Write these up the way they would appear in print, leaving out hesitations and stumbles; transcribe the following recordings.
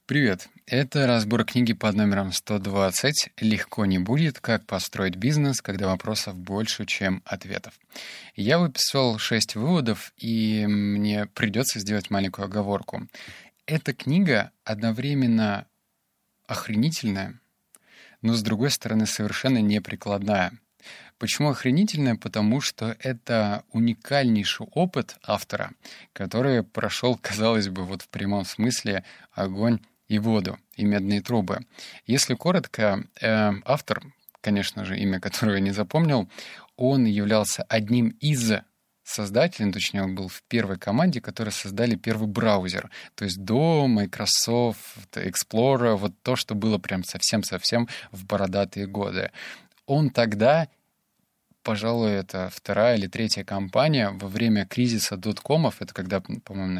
Привет! Это разбор книги под номером 120 «Легко не будет. Как построить бизнес, когда вопросов больше, чем ответов». Я выписал 6 выводов, и мне придется сделать маленькую оговорку. Эта книга одновременно охренительная, но, с другой стороны, совершенно неприкладная. Почему охренительная? Потому что это уникальнейший опыт автора, который прошел, казалось бы, вот в прямом смысле огонь и воду, и медные трубы. Если коротко, автор, конечно же, имя которого я не запомнил, он являлся одним из создателей, точнее, он был в первой команде, которые создали первый браузер. То есть до Microsoft Explorer, вот то, что было прям совсем-совсем в бородатые годы. Он тогда, пожалуй, это вторая или третья компания во время кризиса доткомов, это когда, по-моему,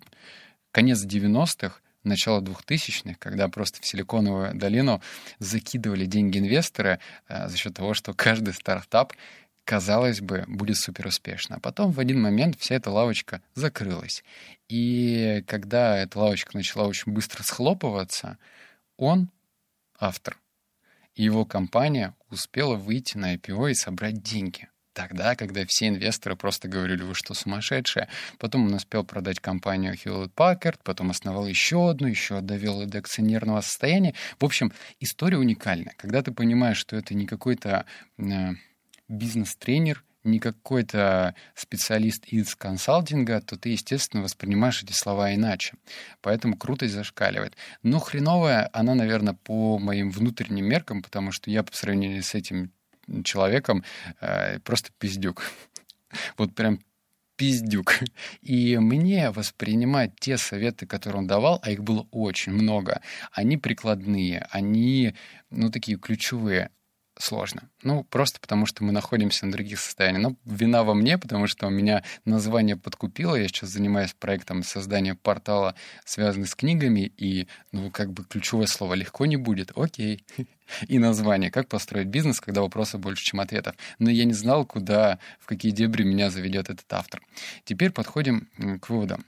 конец 90-х, начало 2000-х, когда просто в Силиконовую долину закидывали деньги инвесторы за счет того, что каждый стартап, казалось бы, будет суперуспешно. А потом в один момент вся эта лавочка закрылась. И когда эта лавочка начала очень быстро схлопываться, он, автор, и его компания успела выйти на IPO и собрать деньги. Тогда, когда все инвесторы просто говорили, вы что, сумасшедшие? Потом он успел продать компанию Hewlett-Packard, потом основал еще одну, еще довел до акционерного состояния. В общем, история уникальна. Когда ты понимаешь, что это не какой-то бизнес-тренер, не какой-то специалист из консалтинга, то ты, естественно, воспринимаешь эти слова иначе. Поэтому крутость зашкаливает. Но хреновая она, наверное, по моим внутренним меркам, потому что я по сравнению с этим человеком просто пиздюк. Вот прям пиздюк. И мне воспринимать те советы, которые он давал, а их было очень много, они прикладные, они, такие ключевые, сложно. Просто потому, что мы находимся на других состояниях. Но вина во мне, потому что у меня название подкупило. Я сейчас занимаюсь проектом создания портала, связанный с книгами, и, ключевое слово «легко не будет». Окей. И название «Как построить бизнес, когда вопросов больше, чем ответов». Но я не знал, в какие дебри меня заведет этот автор. Теперь подходим к выводам.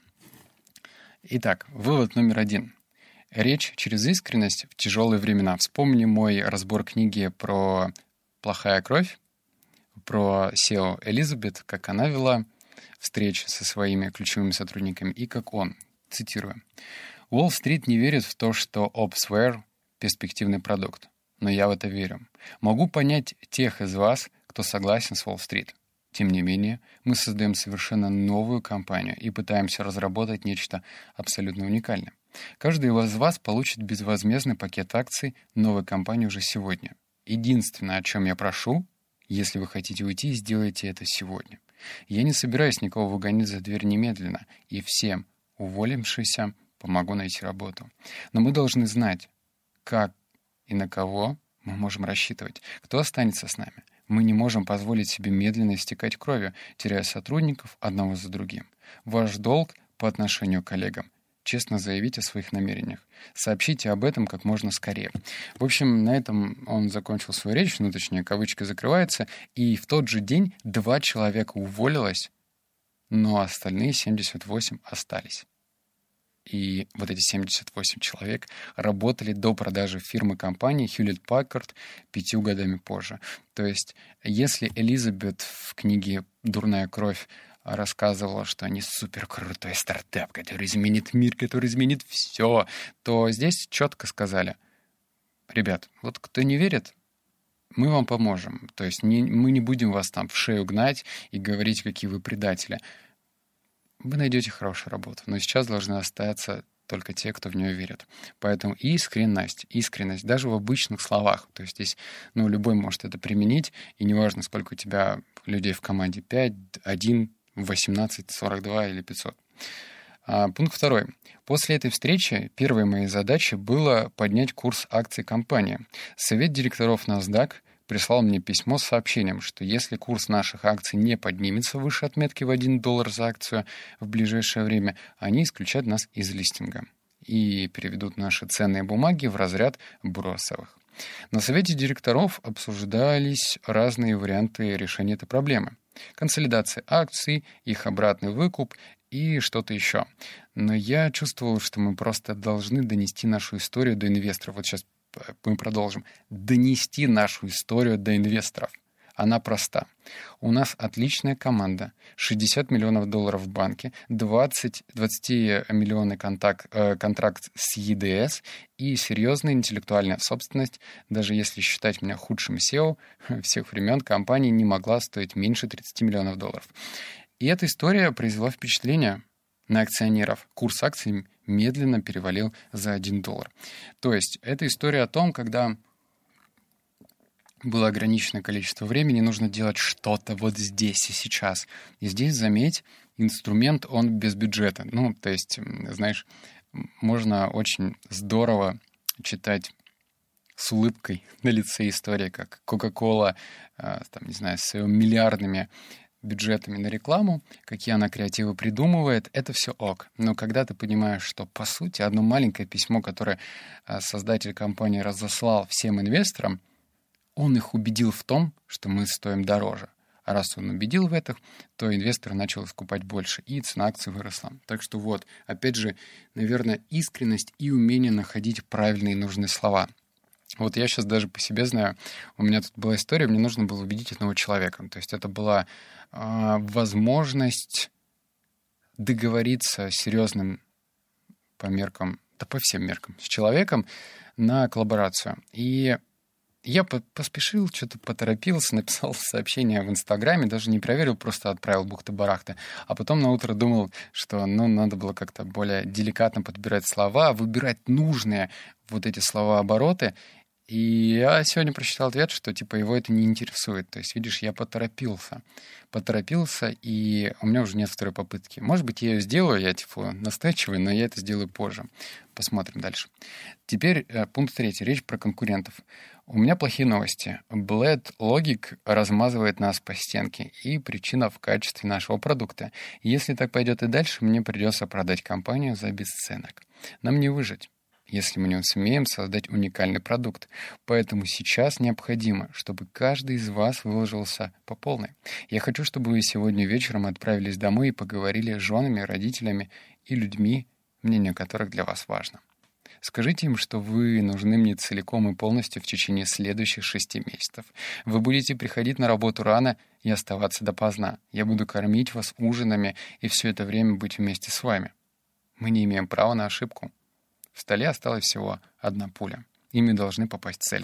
Итак, вывод номер 1. Речь через искренность в тяжелые времена. Вспомни мой разбор книги про «Плохая кровь», про SEO Элизабет, как она вела встречи со своими ключевыми сотрудниками и как он, цитирую, «Уолл-стрит не верит в то, что Opsware — перспективный продукт, но я в это верю. Могу понять тех из вас, кто согласен с Уолл-стрит. Тем не менее, мы создаем совершенно новую компанию и пытаемся разработать нечто абсолютно уникальное. Каждый из вас получит безвозмездный пакет акций новой компании уже сегодня. Единственное, о чем я прошу, если вы хотите уйти, сделайте это сегодня. Я не собираюсь никого выгонять за дверь немедленно, и всем уволившимся помогу найти работу. Но мы должны знать, как и на кого мы можем рассчитывать, кто останется с нами. Мы не можем позволить себе медленно истекать кровью, теряя сотрудников одного за другим. Ваш долг по отношению к коллегам — честно заявить о своих намерениях. Сообщите об этом как можно скорее. В общем, на этом он закончил свою речь, точнее, кавычка закрывается, и в тот же день 2 человека уволилось, но остальные 78 остались. И вот эти 78 человек работали до продажи фирмы компании Hewlett-Packard 5 годами позже. То есть, если Элизабет в книге «Дурная кровь» рассказывала, что они суперкрутой стартап, который изменит мир, который изменит все, то здесь четко сказали: ребят, вот кто не верит, мы вам поможем. То есть мы не будем вас там в шею гнать и говорить, какие вы предатели. Вы найдете хорошую работу, но сейчас должны остаться только те, кто в нее верит. Поэтому искренность, даже в обычных словах. То есть здесь, любой может это применить, и неважно, сколько у тебя людей в команде, 5, 1, 18, 42 или 500. Пункт 2. После этой встречи первой моей задачей было поднять курс акций компании. Совет директоров NASDAQ прислал мне письмо с сообщением, что если курс наших акций не поднимется выше отметки в $1 за акцию в ближайшее время, они исключат нас из листинга и переведут наши ценные бумаги в разряд бросовых. На совете директоров обсуждались разные варианты решения этой проблемы. Консолидация акций, их обратный выкуп и что-то еще. Но я чувствовал, что мы просто должны донести нашу историю до инвесторов. Вот сейчас мы продолжим. Донести нашу историю до инвесторов. Она проста. У нас отличная команда, 60 миллионов долларов в банке, 20-миллионный контракт с ЕДС и серьезная интеллектуальная собственность. Даже если считать меня худшим SEO всех времен, компания не могла стоить меньше 30 миллионов долларов. И эта история произвела впечатление на акционеров. Курс акций медленно перевалил за $1. То есть это история о том, когда было ограниченное количество времени, нужно делать что-то вот здесь и сейчас. И здесь, заметь, инструмент, он без бюджета. Ну, то есть, знаешь, можно очень здорово читать с улыбкой на лице истории, как Coca-Cola, там, не знаю, с миллиардными бюджетами на рекламу, какие она креативы придумывает, это все ок. Но когда ты понимаешь, что, по сути, одно маленькое письмо, которое создатель компании разослал всем инвесторам, он их убедил в том, что мы стоим дороже. А раз он убедил в этом, то инвестор начал скупать больше, и цена акций выросла. Так что вот, опять же, наверное, искренность и умение находить правильные и нужные слова. Вот я сейчас даже по себе знаю, у меня тут была история, мне нужно было убедить одного человека. То есть это была возможность договориться с серьезным по меркам, да по всем меркам, с человеком на коллаборацию. И я поспешил, что-то поторопился, написал сообщение в Инстаграме, даже не проверил, просто отправил бухты-барахты. А потом на утро думал, что надо было как-то более деликатно подбирать слова, выбирать нужные вот эти слова-обороты. И я сегодня прочитал ответ, что типа его это не интересует. То есть, видишь, я поторопился, и у меня уже нет второй попытки. Может быть, я ее сделаю, я типа настойчивый, но я это сделаю позже. Посмотрим дальше. Теперь пункт 3. Речь про конкурентов. У меня плохие новости. Bled Logic размазывает нас по стенке, и причина в качестве нашего продукта. Если так пойдет и дальше, мне придется продать компанию за бесценок. Нам не выжить, если мы не сумеем создать уникальный продукт. Поэтому сейчас необходимо, чтобы каждый из вас выложился по полной. Я хочу, чтобы вы сегодня вечером отправились домой и поговорили с женами, родителями и людьми, мнение которых для вас важно. Скажите им, что вы нужны мне целиком и полностью в течение следующих 6 месяцев. Вы будете приходить на работу рано и оставаться допоздна. Я буду кормить вас ужинами и все это время быть вместе с вами. Мы не имеем права на ошибку. В столе осталась всего одна пуля. Ими должны попасть в цель.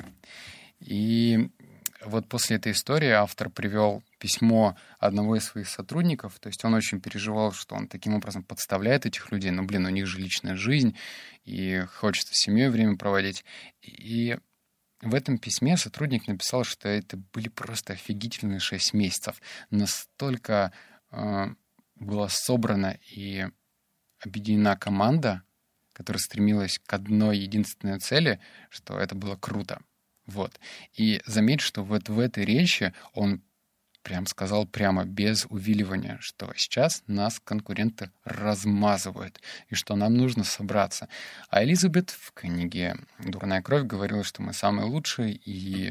И вот после этой истории автор привел письмо одного из своих сотрудников. То есть он очень переживал, что он таким образом подставляет этих людей. Ну, у них же личная жизнь, и хочется с семьей время проводить. И в этом письме сотрудник написал, что это были просто офигительные 6 месяцев. Настолько была собрана и объединена команда, которая стремилась к одной единственной цели, что это было круто. Вот. И заметь, что вот в этой речи он сказал прямо, без увиливания, что сейчас нас конкуренты размазывают, и что нам нужно собраться. А Элизабет в книге «Дурная кровь» говорила, что мы самые лучшие, и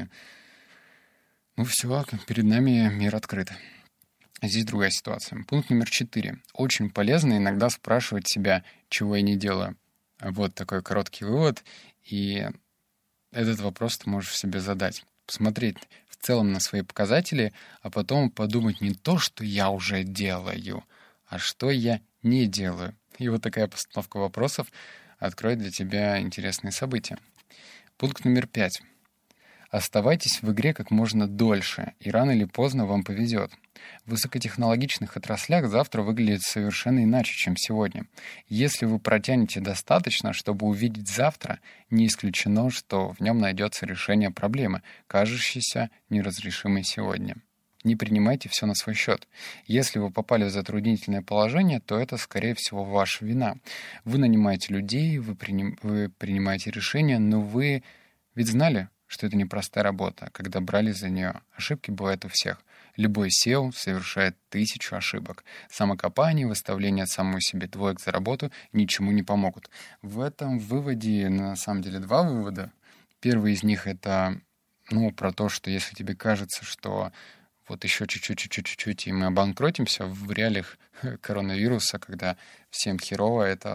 все, перед нами мир открыт. Здесь другая ситуация. Пункт номер 4. Очень полезно иногда спрашивать себя, чего я не делаю. Вот такой короткий вывод, и этот вопрос ты можешь себе задать. Посмотреть в целом на свои показатели, а потом подумать не то, что я уже делаю, а что я не делаю. И вот такая постановка вопросов откроет для тебя интересные события. Пункт номер 5. Оставайтесь в игре как можно дольше, и рано или поздно вам повезет. В высокотехнологичных отраслях завтра выглядит совершенно иначе, чем сегодня. Если вы протянете достаточно, чтобы увидеть завтра, не исключено, что в нем найдется решение проблемы, кажущейся неразрешимой сегодня. Не принимайте все на свой счет. Если вы попали в затруднительное положение, то это, скорее всего, ваша вина. Вы нанимаете людей, вы принимаете решения, но вы ведь знали, что это непростая работа, когда брали за нее. Ошибки бывают у всех. Любой SEO совершает 1000 ошибок. Самокопание, выставление самому себе двоек за работу ничему не помогут. В этом выводе, на самом деле, 2 вывода. Первый из них — это про то, что если тебе кажется, что вот еще чуть-чуть, и мы обанкротимся в реалиях коронавируса, когда всем херово, это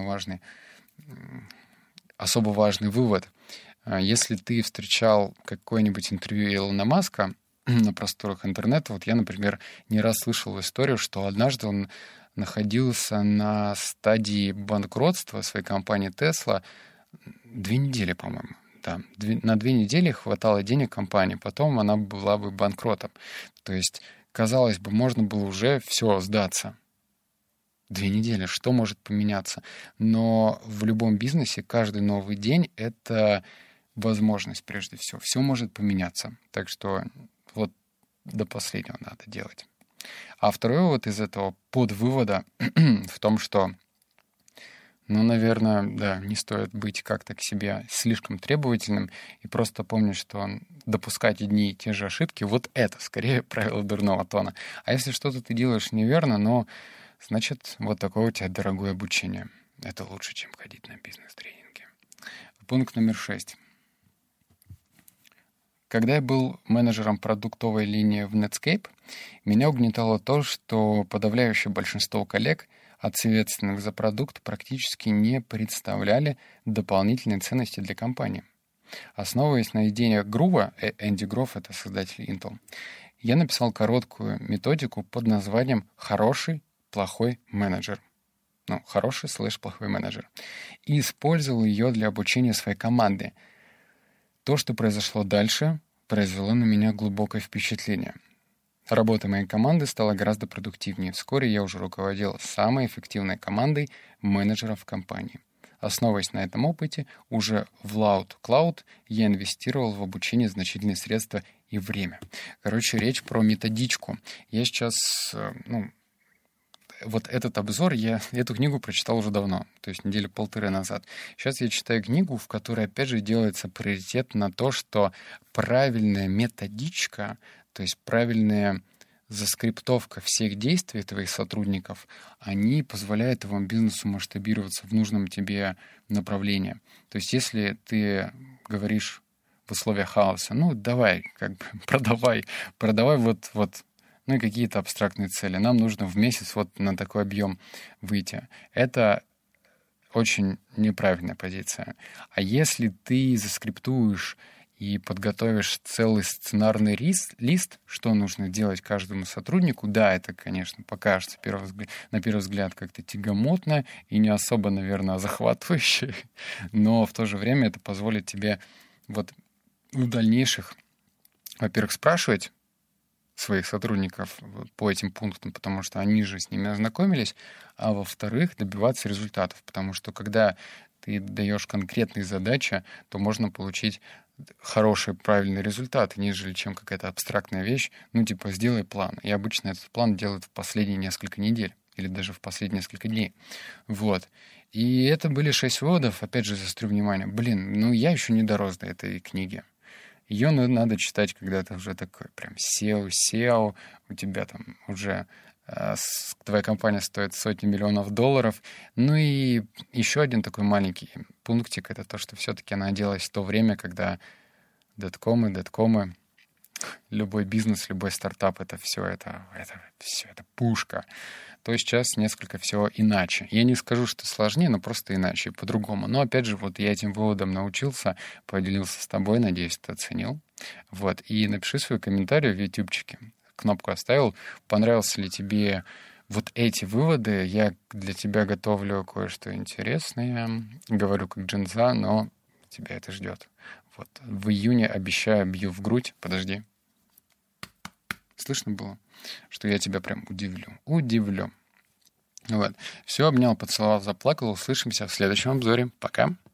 особо важный вывод. Если ты встречал какое-нибудь интервью Илона Маска на просторах интернета, вот я, например, не раз слышал историю, что однажды он находился на стадии банкротства своей компании Tesla 2 недели, по-моему. Да, на 2 недели хватало денег компании, потом она была бы банкротом. То есть, казалось бы, можно было уже все сдаться. 2 недели, что может поменяться? Но в любом бизнесе каждый новый день — это возможность прежде всего. Все может поменяться. Так что вот до последнего надо делать. А второй вывод из этого подвывода в том, что наверное, да, не стоит быть как-то к себе слишком требовательным и просто помнить, что допускать одни и те же ошибки — вот это скорее правило дурного тона. А если что-то ты делаешь неверно, значит, вот такое у тебя дорогое обучение. Это лучше, чем ходить на бизнес-тренинги. Пункт номер 6. Когда я был менеджером продуктовой линии в Netscape, меня угнетало то, что подавляющее большинство коллег, ответственных за продукт, практически не представляли дополнительной ценности для компании. Основываясь на идеях Грува, Энди Гров — это создатель Intel, я написал короткую методику под названием «Хороший, плохой менеджер». Хороший/плохой менеджер. И использовал ее для обучения своей команды. То, что произошло дальше, произвело на меня глубокое впечатление. Работа моей команды стала гораздо продуктивнее. Вскоре я уже руководил самой эффективной командой менеджеров в компании. Основываясь на этом опыте, уже в Loud Cloud я инвестировал в обучение значительные средства и время. Короче, речь про методичку. Я сейчас, вот этот обзор, я эту книгу прочитал уже давно, то есть 1.5 недели назад. Сейчас я читаю книгу, в которой, опять же, делается приоритет на то, что правильная методичка, то есть правильная заскриптовка всех действий твоих сотрудников, они позволяют твоему бизнесу масштабироваться в нужном тебе направлении. То есть если ты говоришь в условиях хаоса, давай, продавай и какие-то абстрактные цели. Нам нужно в месяц вот на такой объем выйти. Это очень неправильная позиция. А если ты заскриптуешь и подготовишь целый сценарный лист, что нужно делать каждому сотруднику, да, это, конечно, покажется на первый взгляд как-то тягомотно и не особо, наверное, захватывающе, но в то же время это позволит тебе вот в дальнейших, во-первых, спрашивать своих сотрудников по этим пунктам, потому что они же с ними ознакомились, а во-вторых, добиваться результатов, потому что когда ты даешь конкретные задачи, то можно получить хороший, правильный результат, нежели чем какая-то абстрактная вещь, сделай план. И обычно этот план делают в последние несколько недель или даже в последние несколько дней. Вот. И это были 6 выводов, опять же, заострю внимание. Я еще не дорос до этой книги. Ее надо читать, когда ты уже такой прям SEO, у тебя там уже твоя компания стоит сотни миллионов долларов. И еще один такой маленький пунктик — это то, что все-таки она делалась в то время, когда доткомы, любой бизнес, любой стартап — это пушка. То сейчас несколько всего иначе. Я не скажу, что сложнее, но просто иначе, по-другому. Но опять же, вот я этим выводом научился, поделился с тобой, надеюсь, ты оценил. Вот. И напиши свой комментарий в ютубчике. Кнопку оставил. Понравился ли тебе вот эти выводы? Я для тебя готовлю кое-что интересное. Говорю как джинза, но тебя это ждет. Вот. В июне, обещаю, бью в грудь. Подожди. Слышно было, что я тебя прям удивлю. Вот. Все, обнял, поцеловал, заплакал. Услышимся в следующем обзоре. Пока.